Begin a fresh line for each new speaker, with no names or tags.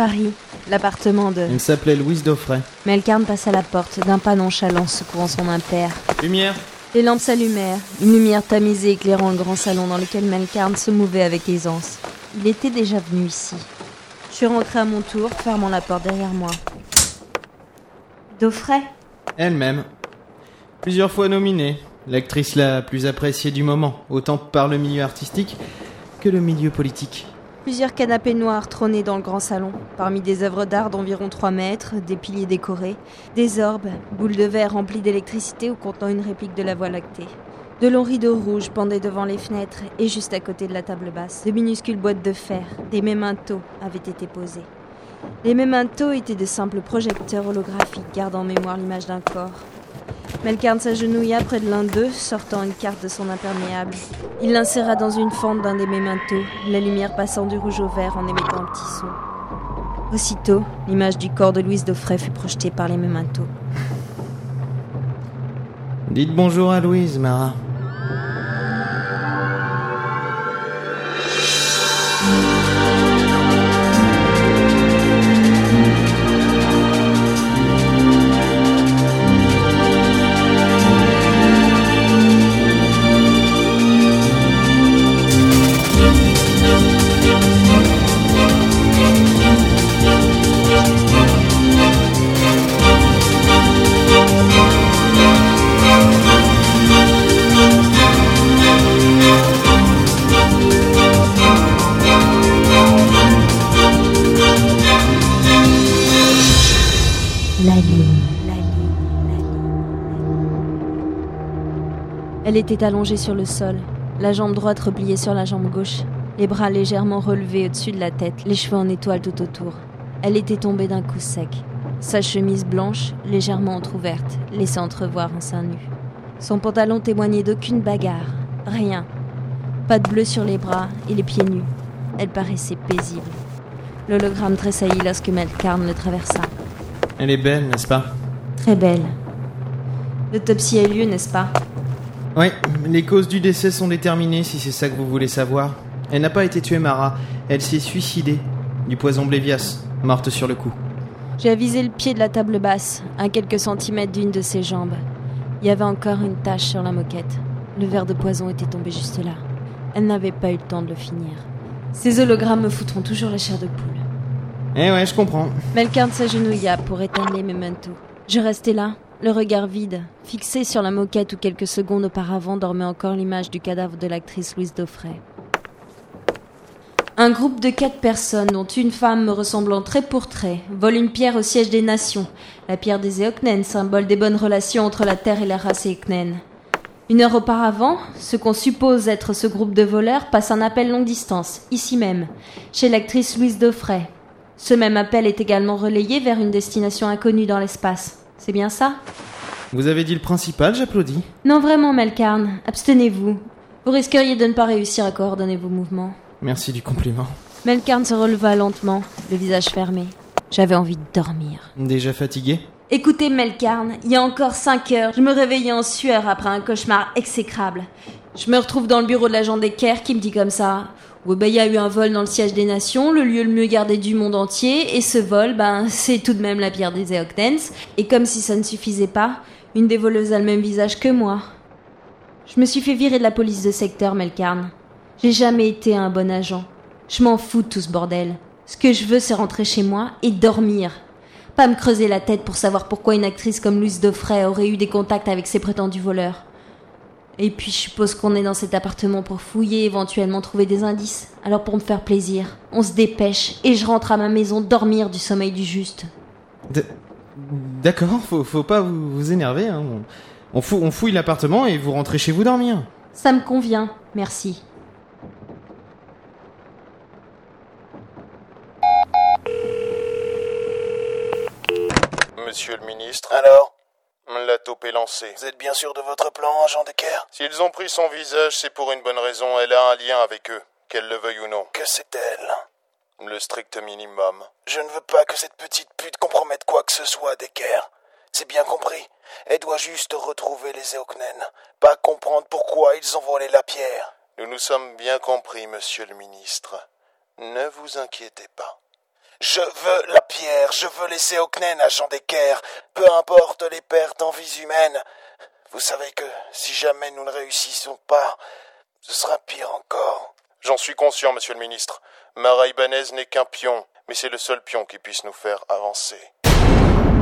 Paris, l'appartement de...
Elle s'appelait Louise Daufray.
Melkarn passa la porte d'un pas nonchalant, secouant son impair.
Lumière.
Les lampes s'allumèrent, une lumière tamisée éclairant le grand salon dans lequel Melkarn se mouvait avec aisance. Il était déjà venu ici. Je suis rentrée à mon tour, fermant la porte derrière moi. Daufray ?
Elle-même. Plusieurs fois nominée. L'actrice la plus appréciée du moment, autant par le milieu artistique que le milieu politique.
Plusieurs canapés noirs trônaient dans le grand salon, parmi des œuvres d'art d'environ 3 mètres, des piliers décorés, des orbes, boules de verre remplies d'électricité ou contenant une réplique de la Voie lactée. De longs rideaux rouges pendaient devant les fenêtres et juste à côté de la table basse. De minuscules boîtes de fer, des mémentos avaient été posés. Les mémentos étaient de simples projecteurs holographiques gardant en mémoire l'image d'un corps. Melkarn s'agenouilla près de l'un d'eux, sortant une carte de son imperméable. Il l'inséra dans une fente d'un des mémentos, la lumière passant du rouge au vert en émettant un petit son. Aussitôt, l'image du corps de Louise Daufray fut projetée par les mémentos.
Dites bonjour à Louise, Mara.
Elle était allongée sur le sol, la jambe droite repliée sur la jambe gauche, les bras légèrement relevés au-dessus de la tête, les cheveux en étoile tout autour. Elle était tombée d'un coup sec. Sa chemise blanche, légèrement entr'ouverte, laissait entrevoir un sein nu. Son pantalon témoignait d'aucune bagarre, rien. Pas de bleu sur les bras et les pieds nus. Elle paraissait paisible. L'hologramme tressaillit lorsque Melkarn le traversa.
Elle est belle, n'est-ce pas ?
Très belle. L'autopsie a eu lieu, n'est-ce pas ?
Oui, les causes du décès sont déterminées, si c'est ça que vous voulez savoir. Elle n'a pas été tuée, Mara. Elle s'est suicidée. Du poison Blévias, morte sur le coup.
J'ai avisé le pied de la table basse, à quelques centimètres d'une de ses jambes. Il y avait encore une tache sur la moquette. Le verre de poison était tombé juste là. Elle n'avait pas eu le temps de le finir. Ces hologrammes me foutront toujours la chair de poule.
Eh ouais, je comprends.
Melkarn s'agenouilla pour éteindre les mémentos. Je restais là, le regard vide, fixé sur la moquette où quelques secondes auparavant dormait encore l'image du cadavre de l'actrice Louise Daufray. Un groupe de 4 personnes, dont une femme me ressemblant trait pour trait, vole une pierre au siège des nations, la pierre des Eoknen, symbole des bonnes relations entre la Terre et la race Eoknen. 1 heure auparavant, ce qu'on suppose être ce groupe de voleurs passe un appel longue distance, ici même, chez l'actrice Louise Daufray. Ce même appel est également relayé vers une destination inconnue dans l'espace. C'est bien ça ?
Vous avez dit le principal, j'applaudis.
Non, vraiment, Melkarn, abstenez-vous. Vous risqueriez de ne pas réussir à coordonner vos mouvements.
Merci du compliment.
Melkarn se releva lentement, le visage fermé. J'avais envie de dormir.
Déjà fatigué ?
Écoutez, Melkarn, il y a encore 5 heures, je me réveillais en sueur après un cauchemar exécrable. Je me retrouve dans le bureau de l'agent d'Ecker qui me dit comme ça... Oui, il y a eu un vol dans le siège des nations, le lieu le mieux gardé du monde entier, et ce vol, c'est tout de même la pierre des Eoknens. Et comme si ça ne suffisait pas, une des voleuses a le même visage que moi. Je me suis fait virer de la police de secteur, Melkarn. J'ai jamais été un bon agent. Je m'en fous de tout ce bordel. Ce que je veux, c'est rentrer chez moi et dormir. Pas me creuser la tête pour savoir pourquoi une actrice comme Louise Daufray aurait eu des contacts avec ses prétendus voleurs. Et puis je suppose qu'on est dans cet appartement pour fouiller, éventuellement trouver des indices. Alors pour me faire plaisir, on se dépêche et je rentre à ma maison dormir du sommeil du juste.
D'accord, faut pas vous énerver. Hein. On fouille l'appartement et vous rentrez chez vous dormir.
Ça me convient, merci.
Monsieur le ministre.
Alors ?
La taupe est lancée.
Vous êtes bien sûr de votre plan, agent Decker ?
S'ils ont pris son visage, c'est pour une bonne raison. Elle a un lien avec eux, qu'elle le veuille ou non.
Que c'est-elle ?
Le strict minimum.
Je ne veux pas que cette petite pute compromette quoi que ce soit, Decker. C'est bien compris. Elle doit juste retrouver les Eoknen. Pas comprendre pourquoi ils ont volé la pierre.
Nous nous sommes bien compris, monsieur le ministre. Ne vous inquiétez pas.
Je veux la pierre, je veux les Séoknen, agent d'Eker, peu importe les pertes en vies humaines. Vous savez que si jamais nous ne réussissons pas, ce sera pire encore.
J'en suis conscient, monsieur le ministre. Mara Ibanez n'est qu'un pion, mais c'est le seul pion qui puisse nous faire avancer.